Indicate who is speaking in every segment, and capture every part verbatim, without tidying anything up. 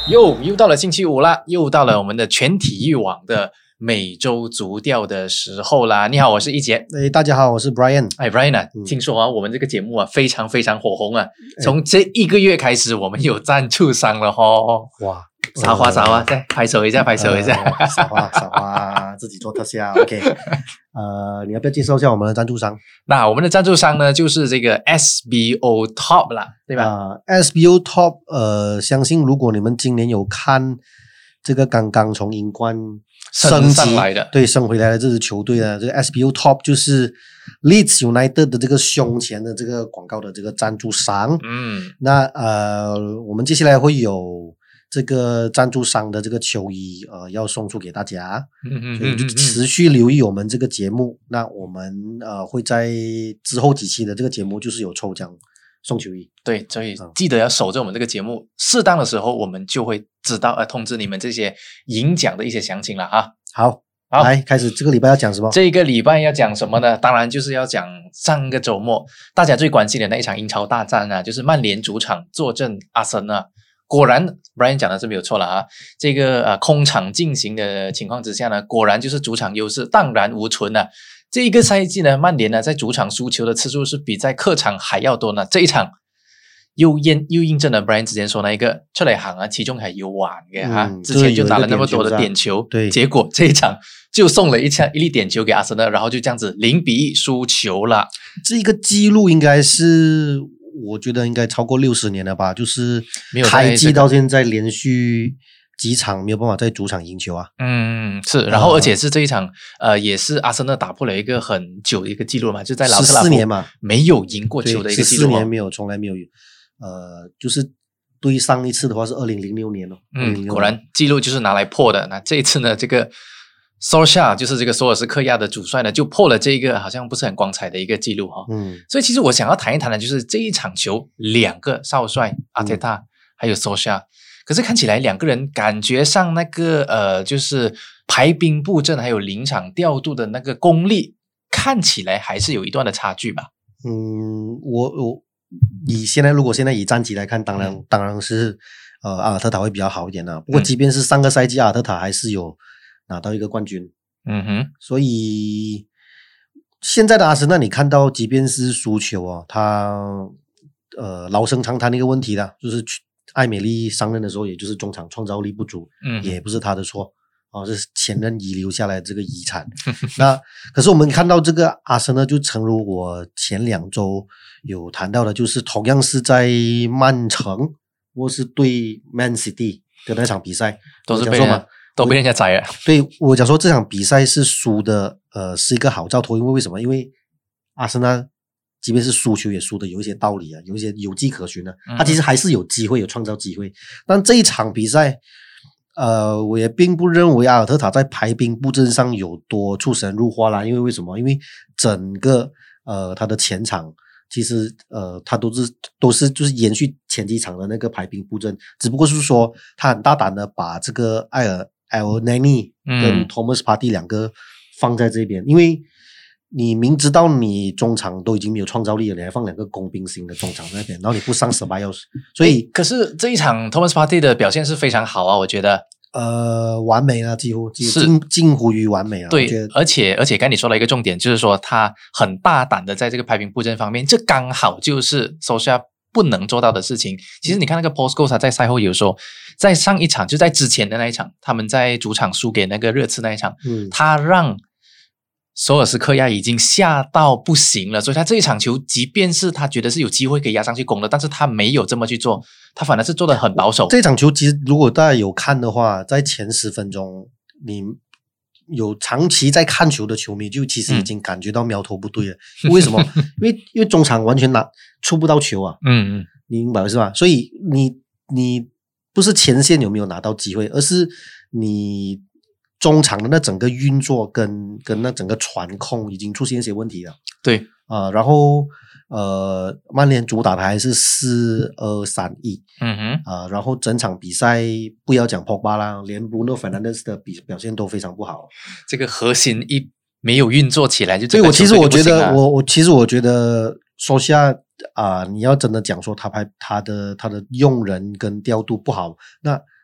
Speaker 1: 又又到了星期五啦，又到了我们的全体育网的每周足调的时候啦。你好，我是一杰。
Speaker 2: 哎，大家好，我是 Brian。
Speaker 1: 哎 ，Brian 啊，嗯、听说啊，我们这个节目啊非常非常火红啊，从这一个月开始，我们有赞助商了吼。
Speaker 2: 哇！
Speaker 1: 撒花撒花，再拍手一下，拍手一下，
Speaker 2: 呃、撒花撒花，自己做特效 ，OK。呃，你要不要介绍一下我们的赞助商？
Speaker 1: 那我们的赞助商呢，就是这个 S B O Top 啦，对吧？
Speaker 2: 啊、呃、，S B O Top， 呃，相信如果你们今年有看这个刚刚从英冠升级
Speaker 1: 上来的，
Speaker 2: 对，升回来的这支球队呢，这个 S B O Top 就是 Leeds United 的这个胸前的这个广告的这个赞助商。
Speaker 1: 嗯，
Speaker 2: 那呃，我们接下来会有这个赞助商的这个球衣呃要送出给大家，
Speaker 1: 嗯嗯，
Speaker 2: 所以就持续留意我们这个节目。那我们呃会在之后几期的这个节目就是有抽奖送球衣。
Speaker 1: 对，所以记得要守着我们这个节目，适当的时候我们就会知道呃通知你们这些赢奖的一些详情了哈。
Speaker 2: 好，
Speaker 1: 好，
Speaker 2: 来开始这个礼拜要讲什么？
Speaker 1: 这个礼拜要讲什么呢？当然就是要讲上个周末大家最关心的那一场英超大战啊，就是曼联主场坐镇阿森纳。果然 Brian 讲的是没有错了啊，这个呃空场进行的情况之下呢，果然就是主场优势荡然无存啊。这一个赛季呢，曼联呢在主场输球的次数是比在客场还要多呢。这一场又验又印证了 Brian 之前說那一個出嚟行啊，始終係要還嘅哈、嗯。之前就打了那麼多的點球，
Speaker 2: 對，
Speaker 1: 結果這一場就送了一場一粒點球給阿森納，然後就這樣子零比一輸球了。
Speaker 2: 這個記錄應該是我覺得應該超過六十年了吧，就是開季到現在連續幾場沒有辦法在主場贏球啊。
Speaker 1: 嗯，是，然後而且是這一場，呃，也是阿森納打破了一個很久的一個記錄嘛，就在老特拉福沒有贏過球的一個記錄。
Speaker 2: 十四年沒有，從來沒有。呃，就是對上一次的話是二零零六年咯。
Speaker 1: 嗯，果然記錄就是拿來破的。那這一次呢，這個索夏就是這個索爾斯克亞的主帥呢，就破了這個好像不是很光彩的一個記錄哈。
Speaker 2: 嗯，
Speaker 1: 所以其實我想要談一談的，就是這一場球，兩個少帥阿特塔、嗯、還有索夏，可是看起來兩個人感覺上那個呃，就是排兵布陣還有臨場調度的那個功力，看起來還是有一段的差距吧。
Speaker 2: 嗯，我我。以現在如果現在以戰績來看，當然、嗯、當然是呃阿爾特塔會比較好一點啦。不過即便是上個賽季阿爾特塔還是有拿到一個冠軍。
Speaker 1: 嗯哼，
Speaker 2: 所以現在的阿森納你看到即便是輸球哦，他呃老生常談的一個問題啦，就是艾美利上任的時候也就是中場創造力不足，嗯，也不是他的錯。哦，是前任遺留下來的這個遺產。那可是我們看到這個阿森納，就誠如我前兩周有談到的，就是同樣是在曼城或是對 Man City 的那場比賽，
Speaker 1: 都是被人家都被人家宰了。
Speaker 2: 對，我講說這場比賽是輸的，呃，是一個好兆頭。因為為什麼？因為阿森納即便是輸球也輸的有一些道理啊，有一些有跡可循的、啊。他其實還是有機會，有創造機會。但這一場比賽。呃，我也並不認為阿爾特塔在排兵布陣上有多出神入化啦，因為為什麼？因為整個呃他的前場其實呃他都是都是就是延續前幾場的那個排兵布陣，只不過是說他很大膽的把這個艾爾艾爾內尼跟 Thomas Partey 兩個放在這邊、嗯，因為你明知道你中場都已經沒有創造力了，你還放兩個工兵型的中場在那邊，然後你不上Ceballos，所以
Speaker 1: 可是這一場 Thomas Partey 的表現是非常好啊，我覺得
Speaker 2: 呃完美了，幾乎近近乎於完美了。
Speaker 1: 對，而且而且剛才你說了一個重點，就是說他很大膽的在這個排兵布陣方面，這剛好就是索夏不能做到的事情。其實你看那個 Paul Scholes 他在賽後有說，在上一場就在之前的那一場，他們在主場輸給那個熱刺那一場，嗯，他讓索爾斯克亞已經嚇到不行了，所以他這一場球即便是他覺得是有機會可以壓上去攻的，但是他沒有這麼去做，他反而是做得很保守。
Speaker 2: 這場球其實如果大家有看的話，在前十分鐘你有長期在看球的球迷就其實已經感覺到苗頭不對了、嗯、為什麼？因為因為中場完全拿觸不到球啊，嗯嗯，你明白是吧？所以你你不是前線有沒有拿到機會，而是你中場的那整個運作跟跟那整個傳控已經出現一些問題了。
Speaker 1: 對
Speaker 2: 啊、呃，然後呃，曼聯主打的還是四二三一，嗯哼，啊、呃，然後整場比賽不要講 Pogba 啦，連 Bruno Fernandes 的比表現都非常不好。
Speaker 1: 這個核心一沒有運作起來就，
Speaker 2: 對，我其實我覺得我我其實我覺得說下啊、呃，你要真的講說他拍他的他的用人跟調度不好，那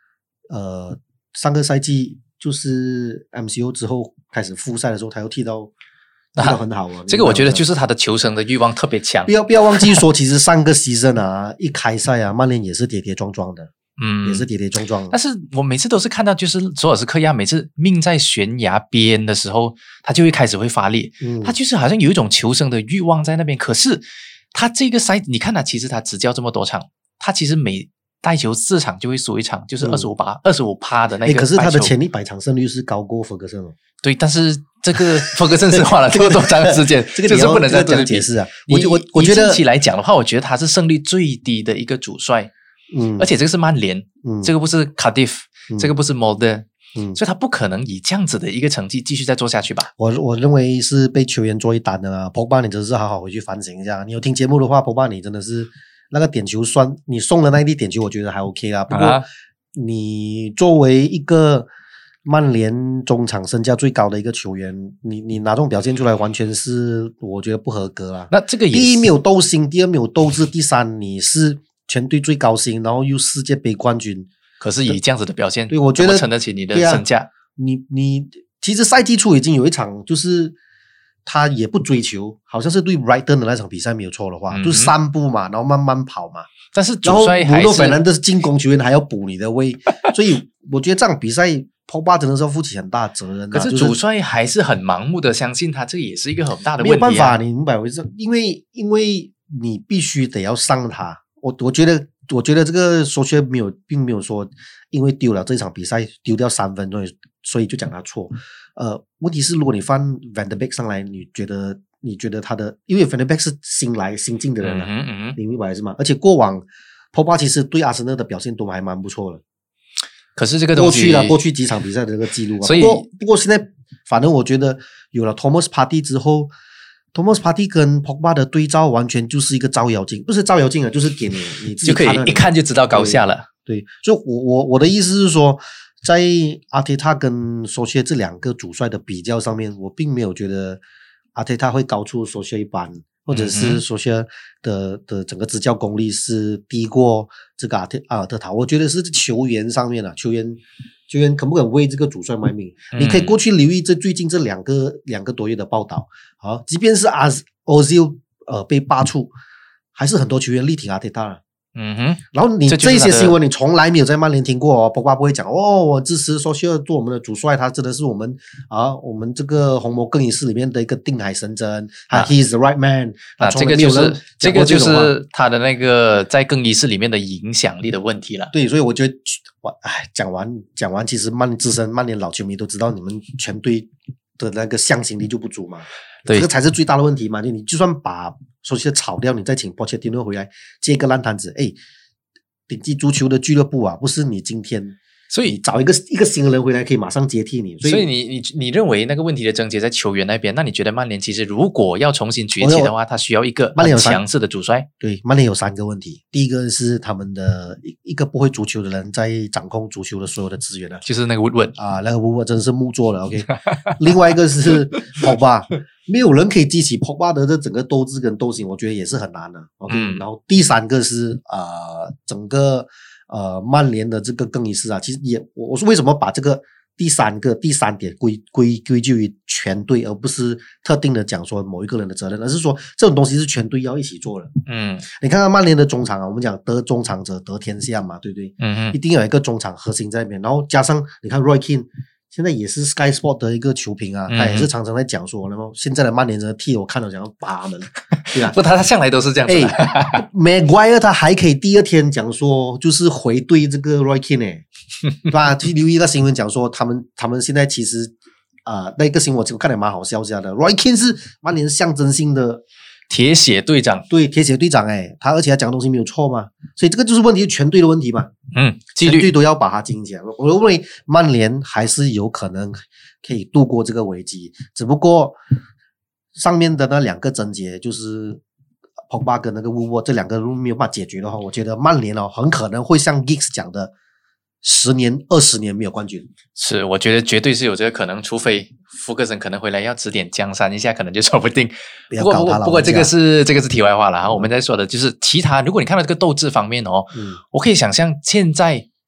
Speaker 2: 呃，上个赛季就是 M C O 之后开始复赛的时候，他又踢到踢到很好啊。
Speaker 1: 这个我觉得就是他的求生的欲望特别强。
Speaker 2: 不要不要忘记说，其实上个 season 啊，一开赛啊，曼联也是跌跌撞撞的。嗯，也是跌跌撞撞的。
Speaker 1: 但是我每次都是看到，就是索尔斯克亚每次命在悬崖边的时候，他就会开始会发力。嗯，他就是好像有一种求生的欲望在那边。可是他这个赛，你看他其实他执教这么多场，他其实每带球四场就会输一场，就是二十五八、二十五趴的那个。
Speaker 2: 可是他的前一百场胜率是高过弗格森哦。
Speaker 1: 对，但是这个弗格森是花了这么多长时间，
Speaker 2: 这个
Speaker 1: 就是不能再
Speaker 2: 这样解释啊。
Speaker 1: 我
Speaker 2: 我我觉得
Speaker 1: 近期来讲的话，我觉得他是胜率最低的一个主帅。嗯，而且这个是曼联，嗯，这个不是卡迪夫，嗯，这个不是莫德，嗯，所以他不可能以这样子的一个成绩继续再做下去吧？
Speaker 2: 我我认为是被球员做一单的啊。博巴，你真是好好回去反省一下。你有听节目的话，博巴你真的是那个点球算你送的那一粒点球，我觉得还 OK 啊。不过、啊、你作为一个曼联中场身价最高的一个球员，你你拿这种表现出来，完全是我觉得不合格啊。
Speaker 1: 那这个也
Speaker 2: 第一没有斗心，第二没有斗志，第三你是全队最高薪，然后又世界杯冠军，
Speaker 1: 可是以这样子的表现，
Speaker 2: 对我觉得
Speaker 1: 撑得起你的身价。
Speaker 2: 啊、你你其实赛季初已经有一场，就是他也不追求，好像是对 Brighton 的那场比赛没有错的话，嗯、就散步嘛，然后慢慢跑嘛。
Speaker 1: 但是主帅还是
Speaker 2: 布鲁诺·费南德斯进攻球员还要补你的位，所以我觉得这场比赛博巴真的是要负起很大的责任、啊。
Speaker 1: 可是主帅还是很盲目的相信他，这也是一个很大的问题、啊。
Speaker 2: 没有办法，你明白我意思？因为因为你必须得要上他。我我觉得，我觉得这个索切没有，并没有说因为丢了这场比赛丢掉三分，所以所以就讲他错。呃，问题是如果你放 Van de Beek 上来，你觉得你觉得他的，因为 Van de Beek 是新来新进的人啊，嗯嗯你明白是吗？而且过往 Pogba 其实对阿森纳的表现都还蛮不错的。
Speaker 1: 可是这个东西
Speaker 2: 过去了，过去几场比赛的这个记录啊，
Speaker 1: 所以
Speaker 2: 不过不过现在反正我觉得有了 Thomas Partey 之后。Thomas Partey 跟 Pogba 的对照完全就是一个照妖镜，不是照妖镜啊，就是给你你自己看
Speaker 1: 就可以一看就知道高下了。
Speaker 2: 对，对所以我我我的意思是说，在阿特塔跟索切这两个主帅的比较上面，我并没有觉得阿特塔会高出索切一般，或者是索切的、嗯、的整个执教功力是低过这个阿特阿尔特塔。我觉得是球员上面啊，球员。球员肯不肯为这个主帅卖命？嗯、你可以过去留意这最近这两个两个多月的报道。好，即便是阿欧ซิ尔呃被罢黜，还是很多球员力挺阿特塔。嗯哼，然后你这些新闻你从来没有在曼联听过哦，博巴不会讲哦，我支持索切尔做我们的主帅，他真的是我们啊，我们这个红魔更衣室里面的一个定海神针啊 ，He is the right man
Speaker 1: 啊，这个就是这个就是他的那个在更衣室里面的影响力的问题了。
Speaker 2: 对，所以我觉得，哎，讲完讲完，其实曼自身曼联老球迷都知道，你们全队的那个向心力就不足嘛。
Speaker 1: 对，
Speaker 2: 这个才是最大的问题嘛！就你就算把索切尔炒掉，你再请波切蒂诺回来接一个烂摊子，哎，顶级足球的俱乐部啊，不是你今天，
Speaker 1: 所以
Speaker 2: 找一个一个新的人回来可以马上接替你。
Speaker 3: 所以, 所以你你你认为那个问题的症结在球员那边？那你觉得曼联其实如果要重新崛起的话，他需要一个很强势的主帅？
Speaker 2: 对，曼联有三个问题。第一个是他们的一个不会足球的人在掌控足球的所有的资源了，
Speaker 1: 就是那个 Woodward
Speaker 2: 啊，那个 Woodward 真的是木做了 ，OK 。另外一个是 Pogba， 没有人可以激起 Pogba 的这整个斗志跟斗心，我觉得也是很难的 ，OK、嗯。然后第三个是呃整个呃曼联的这个更衣室啊，其实也我我说为什么把这个第三个第三点归归归咎于全队，而不是特定的讲说某一个人的责任，而是说这种东西是全队要一起做的。嗯，你看看曼联的中场啊，我们讲得中场者得天下嘛，对不对？嗯，一定要有一个中场核心在那边，然后加上你看 Roy Keane。现在也是 Sky Sport 的一个球评啊，嗯、他也是常常在讲说，然后现在的曼联真的踢我看了想要拔门，对啊，
Speaker 1: 不，他他向来都是这样子的。
Speaker 2: 哎 ，Maguire 他还可以第二天讲说，就是回对这个 Roy Keane 哎，对吧？去留意一个新闻讲说，他们他们现在其实啊、呃，那个新闻我看得蛮好笑下的 ，Roy Keane 是曼联象征性的。
Speaker 1: 铁血队长，
Speaker 2: 对，铁血队长，哎，他而且他讲的东西没有错嘛，所以这个就是问题，全队的问题嘛，
Speaker 1: 嗯，
Speaker 2: 全队都要把它经营起来。我认为曼联还是有可能可以度过这个危机，只不过上面的那两个症结就是 Pogba 跟那个 Woodward 这两个如果没有办法解决的话，我觉得曼联哦很可能会像 Giggs 讲的。十年、二十年没有冠军，
Speaker 1: 是我觉得绝对是有这个可能，除非福格森可能回来要指点江山一下，可能就说不定。
Speaker 2: 不要搞他了。
Speaker 1: 不过不过这个是这个是题外话了哈，我们在说的就是其他。如果你看到这个斗志方面哦，嗯、我可以想象现在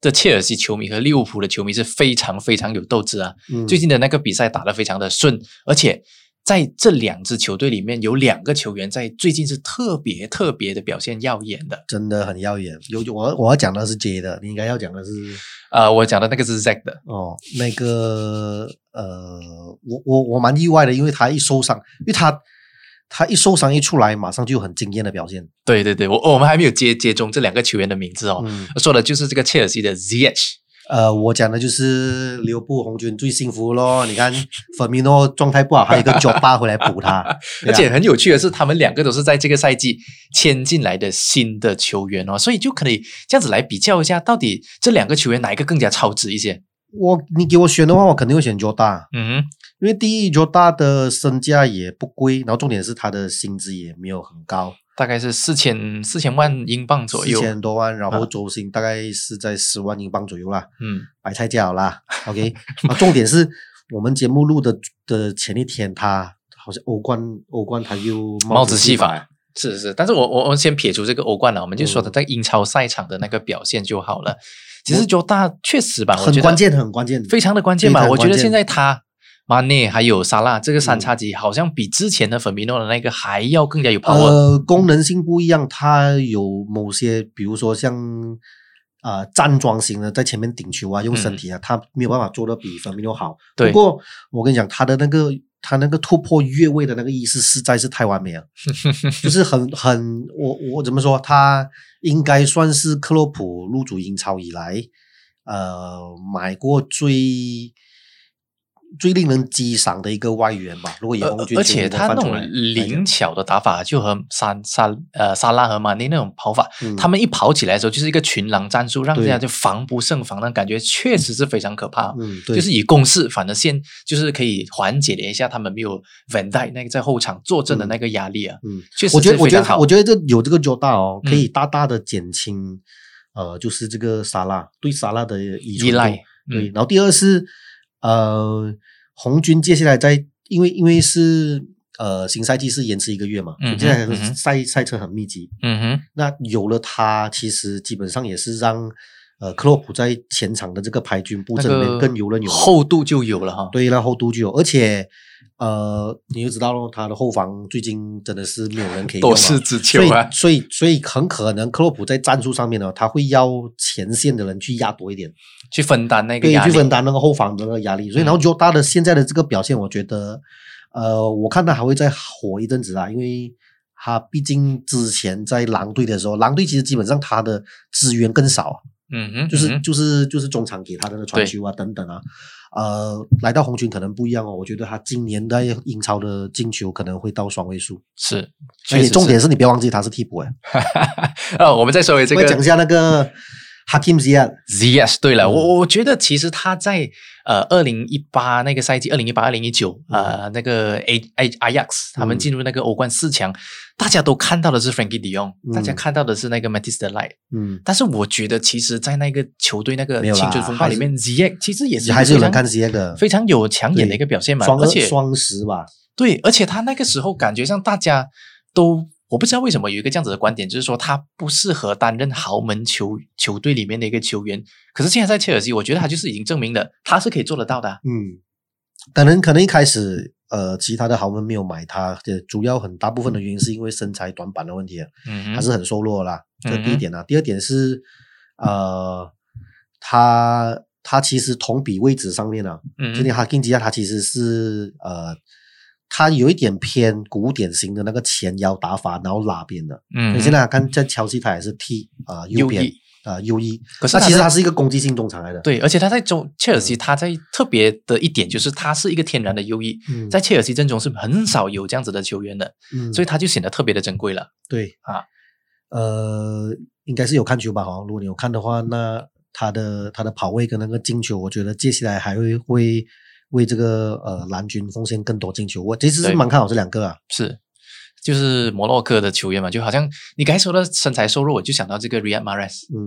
Speaker 1: 的切尔西球迷和利物浦的球迷是非常非常有斗志啊。
Speaker 2: 嗯
Speaker 1: 最近的那个比赛打得非常的顺，而且在这两支球队里面有两个球员在最近是特别特别的表现耀眼的。
Speaker 2: 真的很耀眼。有我我要讲的是 J 的，你应该要讲的是
Speaker 1: 呃，我讲的那个是 Zack 的。
Speaker 2: 哦，那个呃，我我我蛮意外的，因为他一受伤，因为他他一受伤一出来，马上就很惊艳的表现。
Speaker 1: 对对对，我我们还没有接接中这两个球员的名字哦。
Speaker 2: 嗯，
Speaker 1: 说的就是这个切尔西的 Ziyech。
Speaker 2: 呃，我讲的就是利物浦红军最幸福咯。你看弗米诺状态不好，还有一个 Jota 回来补他。
Speaker 1: 而且很有趣的是，他们两个都是在这个赛季签进来的新的球员哦，所以就可以这样子来比较一下，到底这两个球员哪一个更加超值一些？
Speaker 2: 我你给我选的话，我肯定会选 Jota。
Speaker 1: 嗯哼，
Speaker 2: 因为第一 Jota 的身价也不贵，然后重点是他的薪资也没有很高。
Speaker 1: 大概是四千四千万英镑左右，
Speaker 2: 四千多万，然后周薪大概是在十万英镑左右啦。
Speaker 1: 嗯，
Speaker 2: 白菜价好啦 ，OK 啊。重点是我们节目录的的前一天，他好像欧冠欧冠他又
Speaker 1: 帽子戏
Speaker 2: 法，
Speaker 1: 法，是是。但是我我我先撇除这个欧冠了，我们就说他在英超赛场的那个表现就好了。其实 Jota 确实吧，我觉得
Speaker 2: 很关键，很关键，
Speaker 1: 非常的关键吧。
Speaker 2: 非常关键
Speaker 1: 我觉得现在他。马内还有沙拉这个三叉戟，好像比之前的粉米诺的那个还要更加有 power。
Speaker 2: 呃，功能性不一样，它有某些，比如说像啊、呃、站桩型的，在前面顶球啊，用身体啊，他、嗯、没有办法做得比粉米诺好。
Speaker 1: 对，
Speaker 2: 不过我跟你讲，他的那个他那个突破越位的那个意识实在是太完美了，就是很很我我怎么说，他应该算是克洛普入主英超以来，呃，买过最。最令人激赏的一个外援吧，如果以红军
Speaker 1: 而且他那种灵巧的打法，就和沙沙呃沙拉和马内那种跑法、嗯，他们一跑起来的时候就是一个群狼战术，让人家就防不胜防的感觉，确实是非常可怕。
Speaker 2: 嗯，对，
Speaker 1: 就是以攻势，反而现就是可以缓解了一下他们没有 Van Dijk 那个在后场坐镇的那个压力啊。
Speaker 2: 嗯，
Speaker 1: 确实
Speaker 2: 我觉得我觉
Speaker 1: 得
Speaker 2: 我觉得这有这个 Jota 哦，可以大大的减轻、嗯、呃，就是这个沙拉对沙拉的依
Speaker 1: 赖。
Speaker 2: 对、
Speaker 1: 嗯，
Speaker 2: 然后第二是。呃，红军接下来在，因为因为是呃新赛季是延迟一个月嘛，嗯、接下来赛、嗯、赛程很密集，
Speaker 1: 嗯哼，
Speaker 2: 那有了他，其实基本上也是让呃克洛普在前场的这个排军布阵里面更游刃有余，
Speaker 1: 厚度就有了哈。
Speaker 2: 对，那厚度就有，而且呃你就知道咯，他的后防最近真的是没有人可以用，
Speaker 1: 多事之秋啊，
Speaker 2: 所以所以所以很可能克洛普在战术上面呢，他会要前线的人去压多一点。
Speaker 1: 去分担那个压力，
Speaker 2: 对，去分担那个后防的那个压力。所以，然后 Jota 的现在的这个表现，我觉得，呃，我看他还会再火一阵子啊，因为他毕竟之前在狼队的时候，狼队其实基本上他的资源更少，
Speaker 1: 嗯哼，
Speaker 2: 就是、
Speaker 1: 嗯、
Speaker 2: 就是就是中场给他的那个传球啊等等啊，呃，来到红军可能不一样哦。我觉得他今年在英超的进球可能会到双位数，
Speaker 1: 是，
Speaker 2: 而且重点是你不要忘记他是替补哎。
Speaker 1: 哦，我们再说回这个，
Speaker 2: 我讲一下那个。Hakim Ziyech
Speaker 1: Ziyech 对了，嗯、我我觉得其实他在呃二零一八那个赛季，二零一八二零一九呃那个 A A Ajax 他们进入那个欧冠四强，嗯、大家都看到的是 Frankie De Jong，、嗯、大家看到的是那个 Matthijs de Ligt，嗯，但是我觉得其实，在那个球队那个青春风暴里面 ，Ziyech 其实也是
Speaker 2: 还是有人看 Ziyech 的，
Speaker 1: 非常有抢眼的一个表现嘛，
Speaker 2: 而
Speaker 1: 且
Speaker 2: 双十吧，
Speaker 1: 对，而且他那个时候感觉上大家都。我不知道为什么有一个这样子的观点，就是说他不适合担任豪门球球队里面的一个球员。可是现在在切尔西，我觉得他就是已经证明了他是可以做得到的、啊。
Speaker 2: 嗯，可能可能一开始呃，其他的豪门没有买他的主要很大部分的原因是因为身材短板的问题，嗯，他是很瘦弱啦，这第一点啊。嗯、第二点是呃，他他其实同比位置上面啊，嗯，今天哈金吉亚他其实是呃。他有一点偏古典型的那个前腰打法，然后拉边的。嗯，你现在看在切尔西，他也是踢啊、呃、右边啊右翼。可是他其实他是一个攻击性中场来的。
Speaker 1: 对，而且他在中切尔西，他在特别的一点就是他是一个天然的右翼，嗯、在切尔西阵中是很少有这样子的球员的，嗯、所以他就显得特别的珍贵了。
Speaker 2: 对
Speaker 1: 啊，
Speaker 2: 呃，应该是有看球吧？哈，如果你有看的话，那他的他的跑位跟那个进球，我觉得接下来还会会。为这个呃蓝军奉献更多进球，我其实是蛮看好这两个啊。
Speaker 1: 是，就是摩洛哥的球员嘛，就好像你刚才说的身材瘦弱，我就想到这个 Riyad Mahrez。
Speaker 2: 嗯，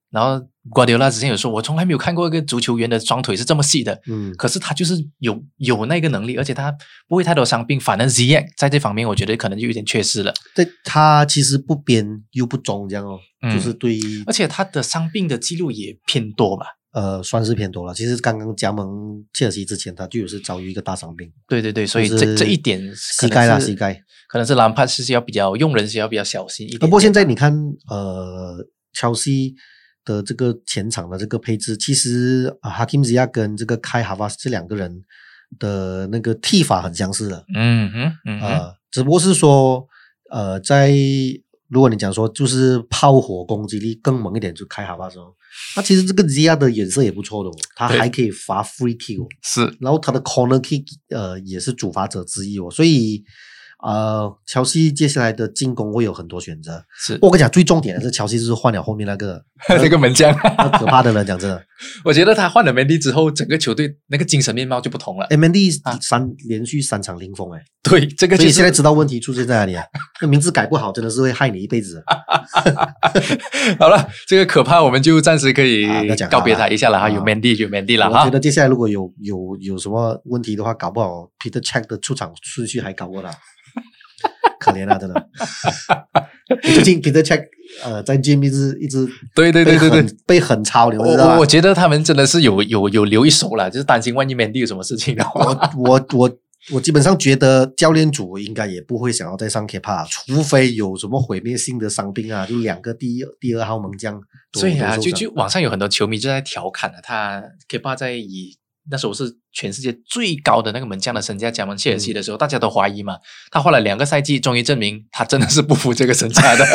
Speaker 1: 然后瓜迪奥拉之前有说，我从来没有看过一个足球员的双腿是这么细的，
Speaker 2: 嗯，
Speaker 1: 可是他就是有有那个能力，而且他不会太多伤病，反而 Ziyech 在这方面我觉得可能就有点缺失了。
Speaker 2: 对，他其实不边又不中这样哦，
Speaker 1: 嗯、
Speaker 2: 就是对，
Speaker 1: 而且他的伤病的记录也偏多吧。
Speaker 2: 呃，算是偏多了。其实刚刚加盟切尔西之前，他就有是遭遇一个大伤病。
Speaker 1: 对对对，所以这、就是、这一点
Speaker 2: 膝盖啦，膝盖
Speaker 1: 可能是兰帕是要比较用人是要比较小心一点点。
Speaker 2: 不过现在你看，呃，切尔西的这个前场的这个配置，其实啊哈 Hakim Ziyech 跟这个开哈瓦斯这两个人的那个踢法很相似的。
Speaker 1: 嗯哼，嗯哼，
Speaker 2: 呃，只不过是说，呃，在如果你讲说就是炮火攻击力更猛一点，就开哈巴斯哦。那其实这个 Ziyech 的眼色也不错的哦，他还可以罚 free kick 哦，
Speaker 1: 是，
Speaker 2: 然后他的 corner kick 呃也是主罚者之一哦，所以呃，乔西接下来的进攻会有很多选择。
Speaker 1: 是，
Speaker 2: 我跟你讲，最重点的是乔西就是换了后面那个
Speaker 1: 那个门将，
Speaker 2: 那可怕的人，讲真的，
Speaker 1: 我觉得他换了 Mendy 之后，整个球队那个精神面貌就不同了。
Speaker 2: 哎 ，Mendy 三、啊、连续三场零封，哎，
Speaker 1: 对，这个、就是、
Speaker 2: 所以现在知道问题出现在哪里啊？那名字改不好，真的是会害你一辈子。
Speaker 1: 好了，这个可怕，我们就暂时可以告别他一下了哈。
Speaker 2: 啊、
Speaker 1: 有 Mendy 有 Mendy 了
Speaker 2: 哈。我觉得接下来如果有有有什么问题的话，搞不好 Peter Cech 的出场顺序还高过他。可怜啊，真的。最近 Peter Cech 呃在 gym 一直一直
Speaker 1: 对对对对对
Speaker 2: 被很超，你们知道吗？
Speaker 1: 我我觉得他们真的是有有有留一手了，就是担心万一 Mendy 有什么事情的话。
Speaker 2: 我我我我基本上觉得教练组应该也不会想要再上 Kepa， 除非有什么毁灭性的伤病啊，就两个第一第二号门将。
Speaker 1: 所以啊，就就网上有很多球迷就在调侃了、啊、他 Kepa 在以。那时候是全世界最高的那个门将的身价加盟切尔西的时候、嗯、大家都怀疑嘛，他花了两个赛季终于证明他真的是不符这个身价的。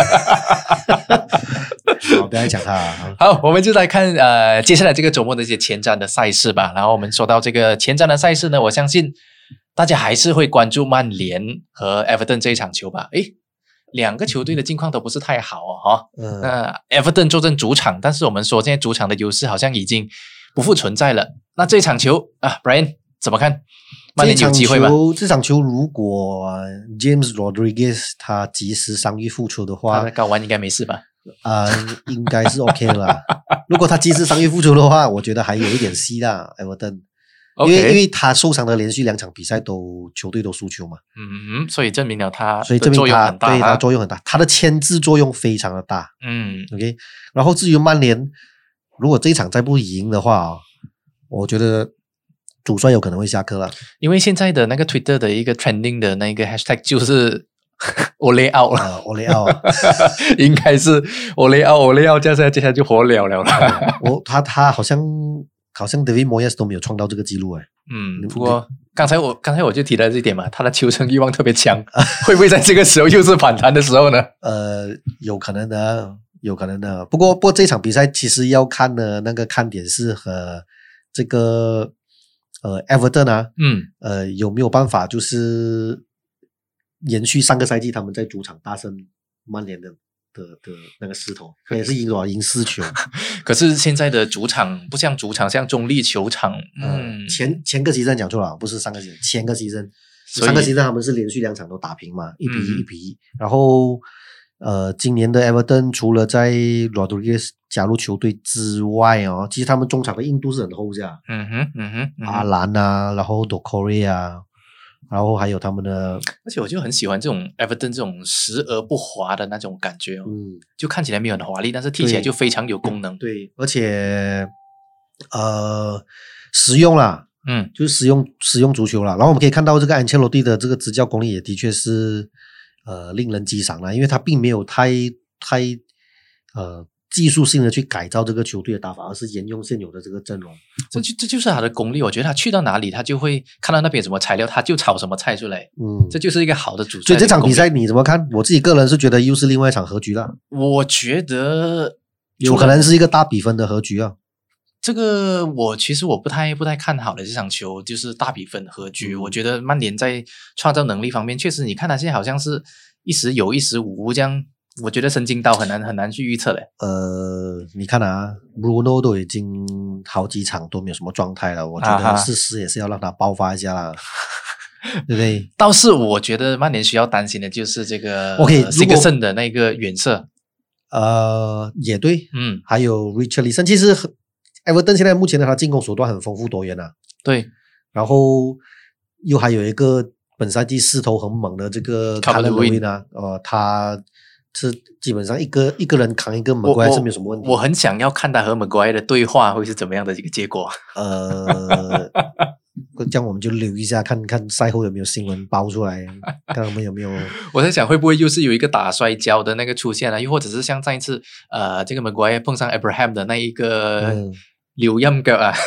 Speaker 2: 好，不要讲他、啊、
Speaker 1: 好，我们就来看呃接下来这个周末的一些前瞻的赛事吧。然后我们说到这个前瞻的赛事呢，我相信大家还是会关注曼联和 Everton 这一场球吧。诶，两个球队的境况都不是太好哦哈。嗯，那 Everton 坐镇主场，但是我们说现在主场的优势好像已经不复存在了。那这场球啊 ，Brian 怎么看？曼联有机会吗？
Speaker 2: 这场球如果 James Rodriguez 他及时伤愈复出的话，
Speaker 1: 他搞完应该没事吧？
Speaker 2: 啊、呃，应该是 OK 的啦。如果他及时伤愈复出的话，我觉得还有一点戏啦 ，Everton。因为、okay. 因为他受伤的连续两场比赛都球队都输球嘛，
Speaker 1: 嗯，所以证明了他
Speaker 2: 所以证明他
Speaker 1: 很大
Speaker 2: 对他作用很大，他的牵制作用非常的大，
Speaker 1: 嗯
Speaker 2: ，OK。然后至于曼联，如果这一场再不赢的话，我觉得主帅有可能会下课了，
Speaker 1: 因为现在的那个 Twitter 的一个 trending 的那个 hashtag 就是Ole out 了
Speaker 2: ，Ole out，
Speaker 1: 应该是 Ole out，Ole out， 接下来接下来就火了了了。
Speaker 2: 我他他好像。好像 David Moyes 都没有创造这个记录哎，
Speaker 1: 嗯，不过刚才我刚才我就提了这一点嘛，他的求胜欲望特别强，会不会在这个时候又是反弹的时候呢？
Speaker 2: 呃，有可能的，有可能的。不过不过这场比赛其实要看的那个看点是和这个呃 Everton 啊，
Speaker 1: 嗯，
Speaker 2: 呃有没有办法就是延续上个赛季他们在主场大胜曼联的。的的那个势头，也是赢多少赢四球，
Speaker 1: 可是现在的主场不像主场，像中立球场，
Speaker 2: 嗯，呃、前前个季阵讲错了，不是上个季阵，前个季阵，上个季阵他们是连续两场都打平嘛，一比一、嗯，一比一。然后呃，今年的 Everton 除了在 Rodriguez 加入球队之外哦，其实他们中场的硬度是很厚下，
Speaker 1: 嗯哼，嗯哼，嗯哼
Speaker 2: 阿兰啊，然后 Doucouré 啊。然后还有他们的，
Speaker 1: 而且我就很喜欢这种 Everton 这种实而不华的那种感觉哦，
Speaker 2: 嗯，
Speaker 1: 就看起来没有很华丽，但是踢起来就非常有功能，
Speaker 2: 对，而且呃实用啦，
Speaker 1: 嗯，
Speaker 2: 就是实用实用足球啦。然后我们可以看到这个安切洛蒂的这个执教功力也的确是呃令人激赏啦，因为他并没有太太呃。技术性的去改造这个球队的打法，而是沿用现有的这个阵容，
Speaker 1: 这就这就是他的功力。我觉得他去到哪里，他就会看到那边什么材料，他就炒什么菜出来。
Speaker 2: 嗯，
Speaker 1: 这就是一个好的主帅。
Speaker 2: 所以这场比赛你怎么看？我自己个人是觉得又是另外一场和局了。
Speaker 1: 我觉得
Speaker 2: 有可能是一个大比分的和局啊。
Speaker 1: 这个我其实我不太不太看好的这场球就是大比分和局。嗯、我觉得曼联在创造能力方面，确实你看他现在好像是一时有一时无这样。我觉得神经刀很难很难去预测嘞。
Speaker 2: 呃，你看啊 ，Bruno 都已经好几场都没有什么状态了，我觉得是时也是要让他爆发一下啦，对不对？
Speaker 1: 倒是我觉得曼联需要担心的就是这个
Speaker 2: OK，
Speaker 1: Sigurdsson 的那个远射。
Speaker 2: 呃，也对，
Speaker 1: 嗯，
Speaker 2: 还有 Richarlison， 其实 Everton 现在目前的他进攻手段很丰富多元啊。
Speaker 1: 对，
Speaker 2: 然后又还有一个本赛季势头很猛的这个 Calvert-Lewin 啊，呃，他是基本上一个一个人扛一个 Maguire 是没有什么问题。
Speaker 1: 我很想要看他和 Maguire 的对话会是怎么样的一个结果。
Speaker 2: 呃，这样我们就留一下，看看赛后有没有新闻爆出来，看我们有没有。
Speaker 1: 我在想会不会又是有一个打摔跤的那个出现啊，又或者是像上一次呃这个 Maguire 碰上 Abraham 的那一个。嗯留音腳啊！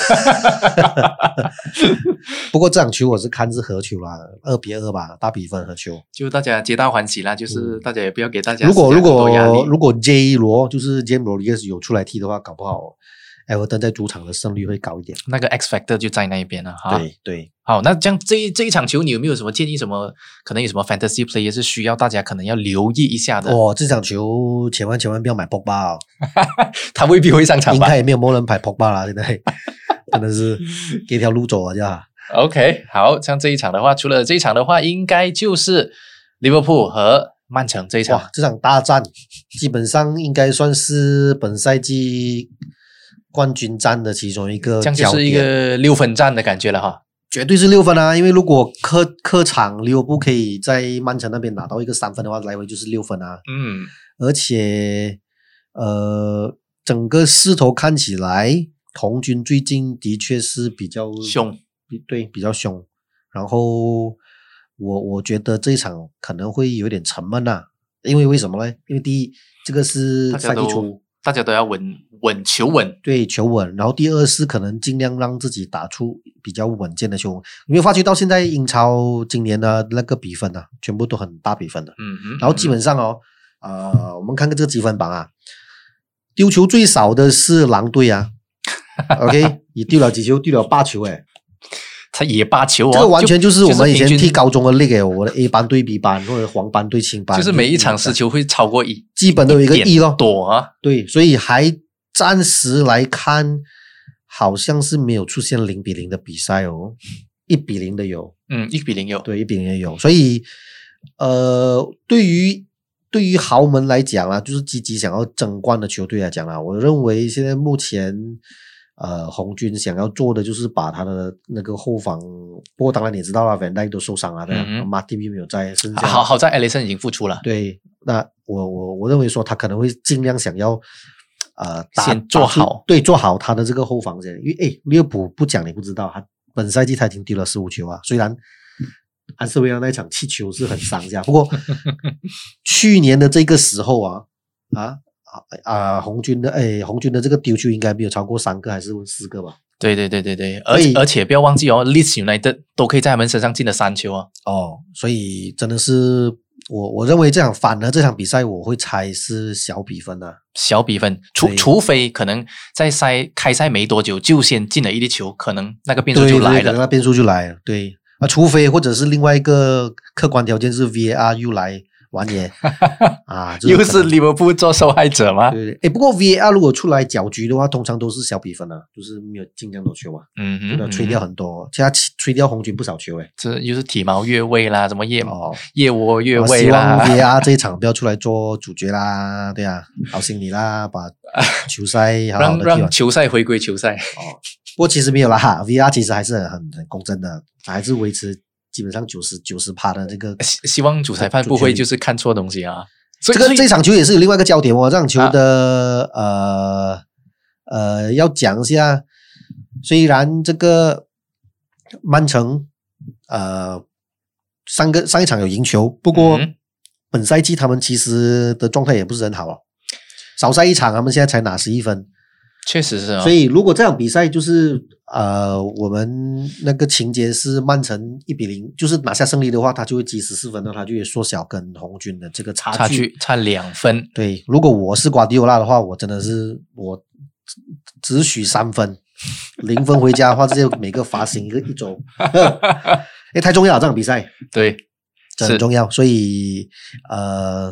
Speaker 2: 不过这场球我是看是和球啦，二比二吧，大比分和球，
Speaker 1: 就大家皆大欢喜啦。就是大家也不要给大家
Speaker 2: 如果如果如果 J 罗就是 James Rodriguez 有出来踢的话，搞不好 Everton 在主场的胜率会高一点。
Speaker 1: 那个 X Factor 就在那一边了哈。
Speaker 2: 对对，
Speaker 1: 好，那这样这一这一场球，你有没有什么建议？什么可能有什么 Fantasy Play 也是需要大家可能要留意一下的？
Speaker 2: 哦，这场球千万千万不要买 Pogba 哦，
Speaker 1: 他未必会上场吧？
Speaker 2: 应该也没有没人排 Pogba 啦，现在真的是给条路走啊，这样。
Speaker 1: OK， 好，像这一场的话，除了这一场的话，应该就是利物浦和曼城这一场。
Speaker 2: 哇，这场大战基本上应该算是本赛季冠军战的其中一个焦点，
Speaker 1: 这样就是一个六分战的感觉了哈。
Speaker 2: 绝对是六分啊！因为如果客客场利物浦可以在曼城那边拿到一个三分的话，来回就是六分啊。
Speaker 1: 嗯，
Speaker 2: 而且呃，整个势头看起来，红军最近的确是比较
Speaker 1: 凶，
Speaker 2: 对，比较凶。然后我我觉得这一场可能会有点沉闷啊，因为为什么呢？因为第一，这个是赛季初，
Speaker 1: 大家都要稳稳求稳，
Speaker 2: 对，求稳。然后第二是可能尽量让自己打出比较稳健的球。有没有发觉到现在英超今年的那个比分啊，全部都很大比分的。
Speaker 1: 嗯哼。
Speaker 2: 然后基本上哦，呃，我们看看这个积分榜啊，丢球最少的是狼队啊。OK， 你丢了几球？丢了八球诶。
Speaker 1: 他也八球哦，
Speaker 2: 这个完全就是我们以前踢高中的 league，我的 A 班对 B 班或者黄班对青班，
Speaker 1: 就是每一场失球会超过一，
Speaker 2: 基本都有一个一咯，
Speaker 1: 多啊。
Speaker 2: 对，所以还暂时来看，好像是没有出现零比零的比赛哦，一比零的有，
Speaker 1: 嗯，一比零有，
Speaker 2: 对，一比零也有，所以呃，对于对于豪门来讲啊，就是积极想要争冠的球队来讲啊，我认为现在目前。呃，红军想要做的就是把他的那个后防，不过当然你也知道了 ，Van Dijk 都受伤了，对吧？嗯、Matip 没有在，剩下
Speaker 1: 好好在 Alisson 已经复出了。
Speaker 2: 对，那我我我认为说他可能会尽量想要呃
Speaker 1: 先做好，
Speaker 2: 对，做好他的这个后防线，因为诶，利物浦不讲你不知道，他本赛季他已经丢了十五球啊，虽然安斯维拉那场气球是很伤下，不过去年的这个时候啊啊。啊，红军的哎，红军的这个丢球应该没有超过三个还是四个吧？
Speaker 1: 对对对对对，而且而且不要忘记哦 ，Leeds United 都可以在他们身上进了三球啊。
Speaker 2: 哦，所以真的是我我认为这场反而这场比赛我会猜是小比分的、啊，
Speaker 1: 小比分，除除非可能在赛开赛没多久就先进了一粒球，可能那个变数就来了，
Speaker 2: 可能那变数就来了，对啊，除非或者是另外一个客观条件是 V A R 又来。完也啊，
Speaker 1: 又是利物浦做受害者吗？
Speaker 2: 对对，哎，不过 V A R 如果出来搅局的话，通常都是小比分啊，就是没有进这样多球啊，
Speaker 1: 嗯哼，
Speaker 2: 真的吹掉很多，现在吹掉红军不少球哎，
Speaker 1: 这又是体毛越位啦，什么叶
Speaker 2: 哦
Speaker 1: 叶窝越位啦，
Speaker 2: 希望 V A R 这一场不要出来做主角啦，对啊，好心你啦，把球赛好好的
Speaker 1: 让让球赛回归球赛
Speaker 2: 哦，不过其实没有啦 ，V A R 其实还是很很公正的，还是维持。基本上九十九十趴的这个，
Speaker 1: 希希望主裁判不会就是看错东西啊。
Speaker 2: 这个这场球也是有另外一个焦点哦，这场球的、啊、呃呃要讲一下，虽然这个曼城呃上个上一场有赢球，不过本赛季他们其实的状态也不是很好哦，少赛一场，他们现在才拿十一分。
Speaker 1: 确实是、哦，
Speaker 2: 所以如果这场比赛就是呃，我们那个情节是曼城一比零，就是拿下胜利的话，他就会积十四分，那他就会缩小跟红军的这个差距，
Speaker 1: 差距差两分。
Speaker 2: 对，如果我是瓜迪奥拉的话，我真的是我只许三分，零分回家的话，直接每个罚醒一个一周，哎，太重要了这场比赛，
Speaker 1: 对，
Speaker 2: 这很重要，所以呃。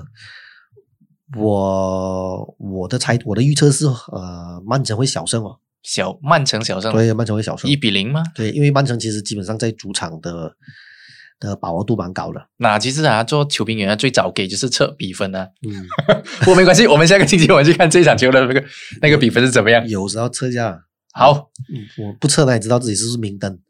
Speaker 2: 我我的猜我的预测是呃曼城会小胜哦，
Speaker 1: 小曼城小胜，
Speaker 2: 对，曼城会小胜，
Speaker 1: 一比零吗？
Speaker 2: 对，因为曼城其实基本上在主场的的把握度蛮高的。
Speaker 1: 那其实啊，做球评员啊，最早给就是测比分啊。
Speaker 2: 嗯，
Speaker 1: 不过没关系，我们下个星期我们去看这场球的那个那个比分是怎么样。
Speaker 2: 有时候测一下。
Speaker 1: 好，
Speaker 2: 嗯，我不测那也知道自己是不是明灯。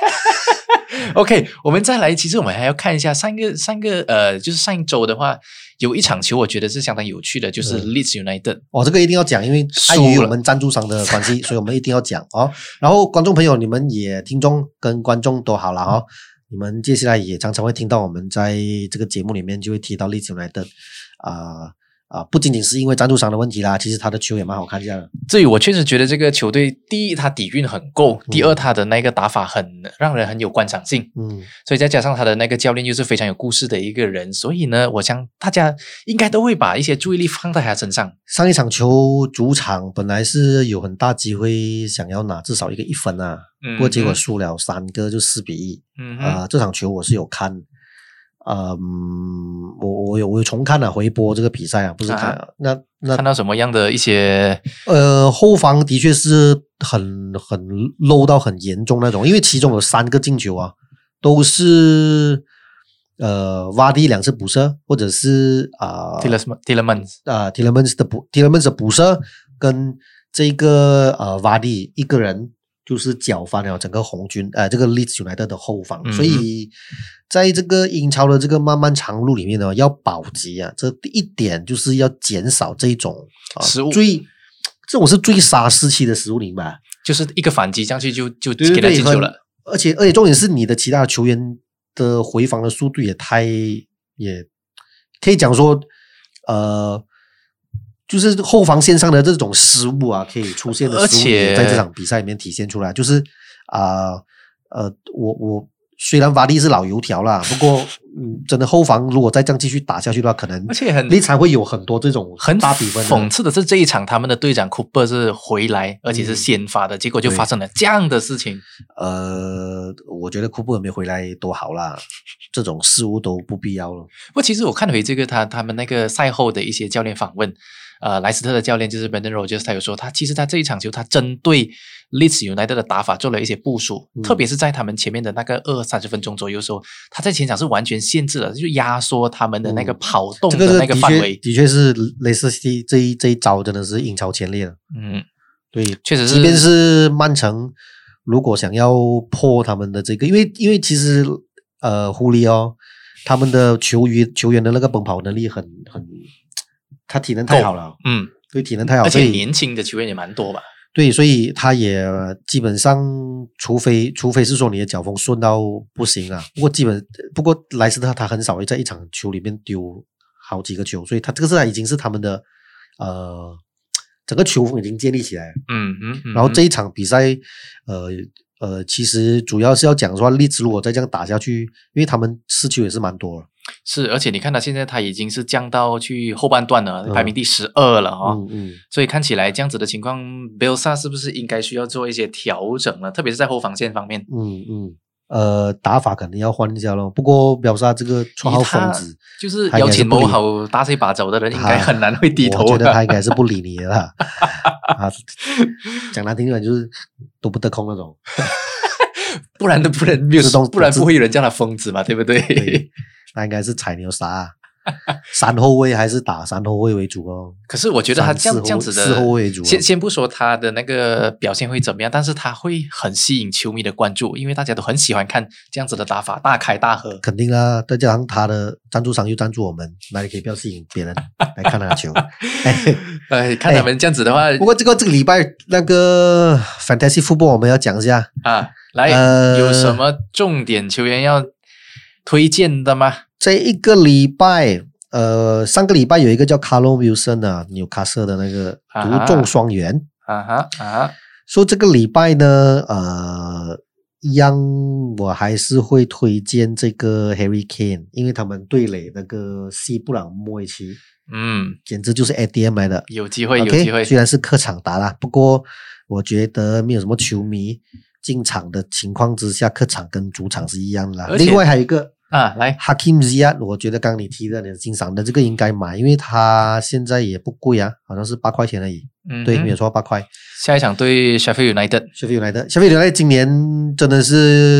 Speaker 1: OK， 我们再来，其实我们还要看一下上个上个呃，就是上一周的话，有一场球我觉得是相当有趣的，就是 Leeds United。
Speaker 2: 哦，这个一定要讲，因为碍于我们赞助商的关系，所以我们一定要讲哦。然后观众朋友，你们也听众跟观众都好了哦。你们接下来也常常会听到我们在这个节目里面就会提到 Leeds United 啊。啊，不仅仅是因为赞助商的问题啦，其实他的球也蛮好看这样的。
Speaker 1: 至于我确实觉得这个球队，第一他底蕴很够，第二他的那个打法很让人很有观赏性，嗯，所以再加上他的那个教练又是非常有故事的一个人，所以呢，我想大家应该都会把一些注意力放在他身上。
Speaker 2: 上一场球主场本来是有很大机会想要拿至少一个一分啊，嗯、不过结果输了三个就四比一。嗯，呃，这场球我是有看。嗯，我我有我有重看了回播这个比赛啊，不是看、啊、那那
Speaker 1: 看到什么样的一些
Speaker 2: 呃后方的确是很很漏到很严重那种，因为其中有三个进球啊，都是呃瓦迪两次补射，或者是啊
Speaker 1: Tielemans
Speaker 2: 啊 Tielemans 的补 Tielemans 的补射跟这个呃瓦迪一个人。就是搅翻了整个红军，呃，这个 Leeds United 的后防，嗯、所以在这个英超的这个漫漫长路里面呢，要保级啊，这第一点就是要减少这种、呃、
Speaker 1: 失误，
Speaker 2: 最这种是最杀士气的失误，明白？
Speaker 1: 就是一个反击上去就就给他进球了，
Speaker 2: 而且而且重点是你的其他球员的回防的速度也太也可以讲说，呃。就是后防线上的这种失误啊，可以出现的失误也在这场比赛里面体现出来。就是啊 呃, 呃，我我虽然瓦蒂是老油条啦，不过嗯，真的后防如果再这样继续打下去的话，可能
Speaker 1: 而且很
Speaker 2: 你才会有很多这种
Speaker 1: 很
Speaker 2: 大比分。
Speaker 1: 讽刺的是这一场他们的队长库珀是回来，而且是先发的，嗯、结果就发生了这样的事情。
Speaker 2: 呃，我觉得库珀没回来多好啦，这种失误都不必要了。
Speaker 1: 不过其实我看回这个他他们那个赛后的一些教练访问。呃，莱斯特的教练就是 Brendan Rodgers， 他有说他其实他这一场球他针对 Leeds United 的打法做了一些部署，嗯、特别是在他们前面的那个二三十分钟左右的时候，他在前场是完全限制了，就压缩他们的那个跑动的那个范围。
Speaker 2: 嗯这个、的, 确的确是雷斯特这一这一招真的是英超前列了。
Speaker 1: 嗯，
Speaker 2: 对，
Speaker 1: 确实是。
Speaker 2: 即便是曼城，如果想要破他们的这个，因为因为其实呃，狐狸哦，他们的球员球员的那个奔跑能力很很。他体能太好了，
Speaker 1: 嗯，
Speaker 2: 对，体能太好，
Speaker 1: 而且年轻的球员也蛮多吧？
Speaker 2: 对，所以他也基本上，除非除非是说你的脚风顺到不行啊，不过基本不过莱斯特他很少会在一场球里面丢好几个球，所以他这个是已经是他们的呃整个球风已经建立起来了，
Speaker 1: 嗯嗯嗯，
Speaker 2: 然后这一场比赛，呃呃，其实主要是要讲说利兹如果再这样打下去，因为他们失球也是蛮多了。
Speaker 1: 是，而且你看他现在他已经是降到去后半段了，嗯、排名第十二了哈、哦
Speaker 2: 嗯嗯，
Speaker 1: 所以看起来这样子的情况 ，Bielsa 是不是应该需要做一些调整呢？特别是在后防线方面。
Speaker 2: 嗯嗯，呃，打法肯定要换一下咯。不过 Bielsa 这个绰号疯子，
Speaker 1: 就是摇钱谋好大谁把走的人，应该很难会低头。
Speaker 2: 我觉得他应该是不理你的啦。啊，讲难听点就是都不得空那种。
Speaker 1: 不然都不能没有，不然不会有人叫他疯子嘛，对不对？
Speaker 2: 对，那应该是踩牛杀、啊，三后卫还是打三后卫为主哦。
Speaker 1: 可是我觉得他这样这样子的，
Speaker 2: 四后卫为主、哦。
Speaker 1: 先先不说他的那个表现会怎么样，但是他会很吸引球迷的关注，因为大家都很喜欢看这样子的打法，大开大合。
Speaker 2: 肯定啦，再加上他的赞助商又赞助我们，哪里可以不要吸引别人来看他的球？
Speaker 1: 哎，看他们这样子的话，
Speaker 2: 不过这个这个礼拜那个 Fantasy Football 我们要讲一下
Speaker 1: 啊。来、呃，有什么重点球员要推荐的吗？
Speaker 2: 这一个礼拜，呃，上个礼拜有一个叫 Callum Wilson 啊，纽卡斯的那个独中双元
Speaker 1: 啊哈啊，
Speaker 2: 说这个礼拜呢，呃，一样我还是会推荐这个 Harry Kane， 因为他们对垒那个西布朗莫维奇，
Speaker 1: 嗯，
Speaker 2: 简直就是 A D M 来的，
Speaker 1: 有机会，
Speaker 2: okay?
Speaker 1: 有机会。
Speaker 2: 虽然是客场打啦，不过我觉得没有什么球迷。进场的情况之下，客场跟主场是一样的啦。另外还有一个
Speaker 1: 啊，来
Speaker 2: Hakim Ziyech， 我觉得刚刚你提的你欣赏的这个应该买，因为他现在也不贵啊，好像是八块钱而已。嗯，对，没有错，八块。
Speaker 1: 下一场对 Sheffield United，
Speaker 2: Sheffield United， Sheffield United 今年真的是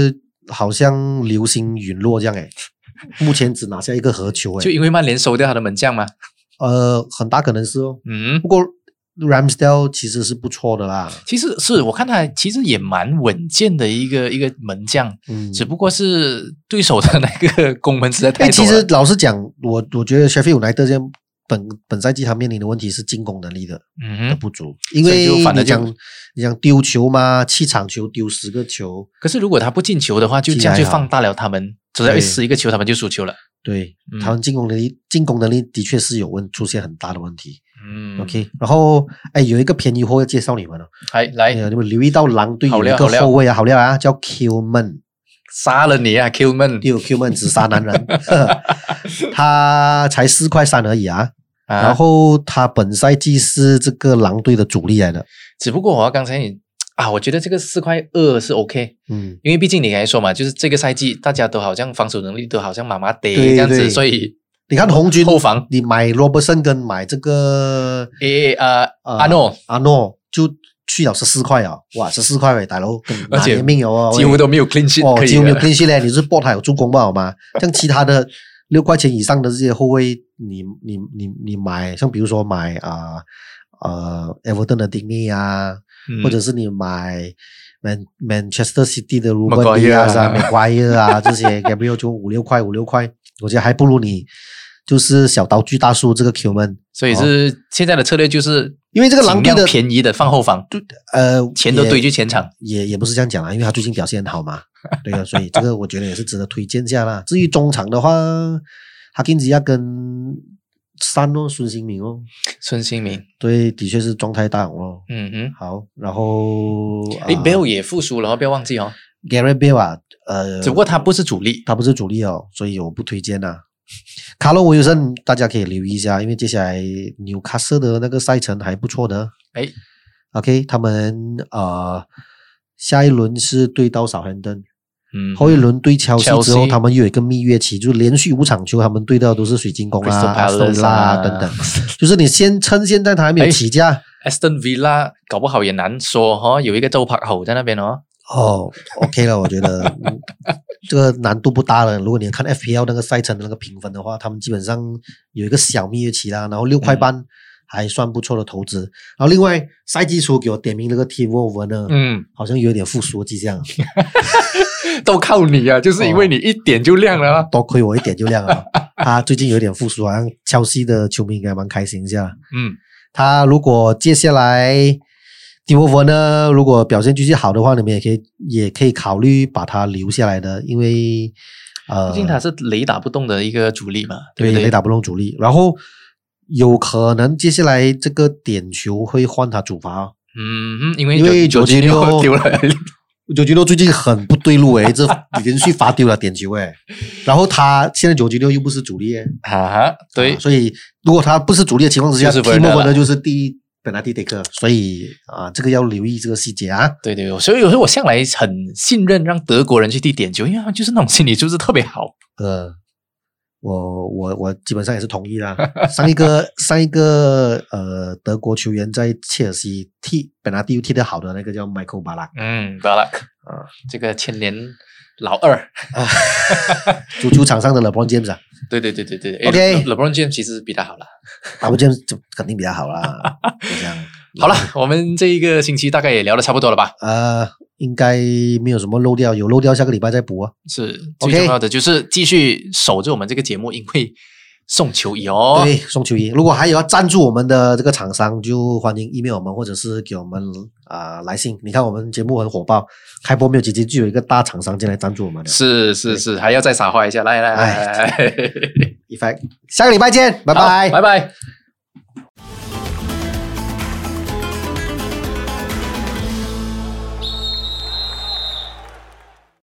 Speaker 2: 好像流星陨落这样诶，目前只拿下一个和球诶，
Speaker 1: 就因为曼联收掉他的门将嘛。
Speaker 2: 呃，很大可能是哦。
Speaker 1: 嗯，
Speaker 2: 不过 Ramsdale 其实是不错的啦。
Speaker 1: 其实是我看他其实也蛮稳健的一个一个门将，嗯，只不过是对手的那个攻门实在太多了。
Speaker 2: 其实老实讲，我我觉得 Sheffield United 这样本本赛季他面临的问题是进攻能力的，嗯的不足，因为你讲你讲丢球嘛，七场球丢十个球，
Speaker 1: 可是如果他不进球的话，就这样就放大了他们，只要失一个球，他们就输球了。
Speaker 2: 对，嗯、他们进攻能力进攻能力的确是有问出现很大的问题。嗯 ，OK， 然后哎，有一个便宜货要介绍你们了，
Speaker 1: 来来，
Speaker 2: 你们留意到狼队有一个后卫啊，好料啊，叫 Kilman，
Speaker 1: 杀了你啊 ，Kilman，
Speaker 2: 有 Kilman 只杀男人，他才四块三而已啊。啊然后他本赛季是这个狼队的主力来的，
Speaker 1: 只不过我刚才你啊，我觉得这个四块二是 OK， 嗯，因为毕竟你刚才说嘛，就是这个赛季大家都好像防守能力都好像麻麻得这样子，所以
Speaker 2: 你看红军
Speaker 1: 后防，
Speaker 2: 你买 Robertson 跟买这个
Speaker 1: 诶呃阿诺
Speaker 2: 阿诺就去了十四块啊，哇十四块喂大佬，
Speaker 1: 而且
Speaker 2: 命有哦，
Speaker 1: 几乎都没有 clean sheet，
Speaker 2: 哦，几乎没有 clean sheet 嘞，你是博他有助攻不好吗？像其他的六块钱以上的这些后卫，你你你你买，像比如说买啊呃 Everton 的丁尼啊，嗯、或者是你买 Man Manchester City 的 Ruben Dias 啊 Maguire 啊这些 Gabriel 就五六块五六块，我觉得还不如你就是小刀锯大树这个 Kilman，
Speaker 1: 所以是现在的策略就是
Speaker 2: 因为这个狼队的
Speaker 1: 便宜的放后防，呃钱都堆去前场，
Speaker 2: 也也不是这样讲啦，因为他最近表现很好嘛。对啊，所以这个我觉得也是值得推荐一下啦。至于中场的话，哈金吉亚跟三哦，孙兴民哦，
Speaker 1: 孙兴民
Speaker 2: 对，的确是状态大好哦。
Speaker 1: 嗯哼，
Speaker 2: 好，然后
Speaker 1: 诶 Bale 也复苏了，不要忘记哦。
Speaker 2: Gareth Bale 啊，呃，
Speaker 1: 只不过他不是主力，
Speaker 2: 他不是主力哦，所以我不推荐啦。卡洛·威尔森大家可以留意一下，因为接下来纽卡斯的那个赛程还不错的。
Speaker 1: 诶
Speaker 2: OK， 他们呃下一轮是对到少亨顿。
Speaker 1: 嗯，
Speaker 2: 后一轮对切尔西之后，他们又有一个蜜月期，就是连续五场球，他们对到都是水晶宫啊、阿斯顿维拉啊等等。就是你先趁现在他还没有起价，
Speaker 1: 阿斯顿维拉搞不好也难说哈、哦，有一个周柏豪在那边哦。
Speaker 2: 哦 ，OK 了，我觉得、嗯、这个难度不大了。如果你看 F P L 那个赛程的那个评分的话，他们基本上有一个小蜜月期啦，然后六块半。嗯还算不错的投资，然后另外赛季初给我点名那个 T V O 呢，嗯，好像有点复苏的迹象，
Speaker 1: 都靠你啊，就是因为你一点就亮了、啊
Speaker 2: 哦，多亏我一点就亮了。他最近有点复苏，好像切西的球迷应该蛮开心一下。
Speaker 1: 嗯，
Speaker 2: 他如果接下来 T V O 呢，如果表现继续好的话，你们也可以也可以考虑把他留下来的，因为呃，
Speaker 1: 毕竟他是雷打不动的一个主力嘛，对不
Speaker 2: 对？雷打不动主力，然后。有可能接下来这个点球会换他主罚，
Speaker 1: 嗯，因为
Speaker 2: 因为九七六
Speaker 1: 丢了，
Speaker 2: 九七六最近很不对路诶，这连续罚丢了点球诶，然后他现在九七六又不是主力诶，
Speaker 1: 啊，对，
Speaker 2: 啊、所以如果他不是主力的情况之下，提莫文呢就是第一本来第一个，所以啊，这个要留意这个细节啊。
Speaker 1: 对对，所以有时候我向来很信任让德国人去踢点球，因为他们就是那种心理素质特别好，
Speaker 2: 呃。我我我基本上也是同意啦。上一个上一个呃德国球员在切尔西踢本来第一踢得好的那个叫 Michael Ballack，
Speaker 1: 嗯 Ballack 啊，这个千年老二啊，
Speaker 2: 足球场上的 LeBron James 啊，
Speaker 1: 对对对对对
Speaker 2: ，OK
Speaker 1: LeBron James 其实比他好啦
Speaker 2: LeBron James 就肯定比他好啦，就这样。
Speaker 1: 好了，我们这一个星期大概也聊得差不多了吧？
Speaker 2: 呃，应该没有什么漏掉，有漏掉下个礼拜再补啊。
Speaker 1: 是最重要的就是继续守着我们这个节目，因为送球衣哦。
Speaker 2: 对，送球衣。如果还有要赞助我们的这个厂商，就欢迎 email 我们，或者是给我们啊、呃、来信。你看我们节目很火爆，开播没有几集就有一个大厂商进来赞助我们了。
Speaker 1: 是是是，还要再撒花一下，来来来来，
Speaker 2: effect，下个礼拜见，拜拜，
Speaker 1: 拜拜。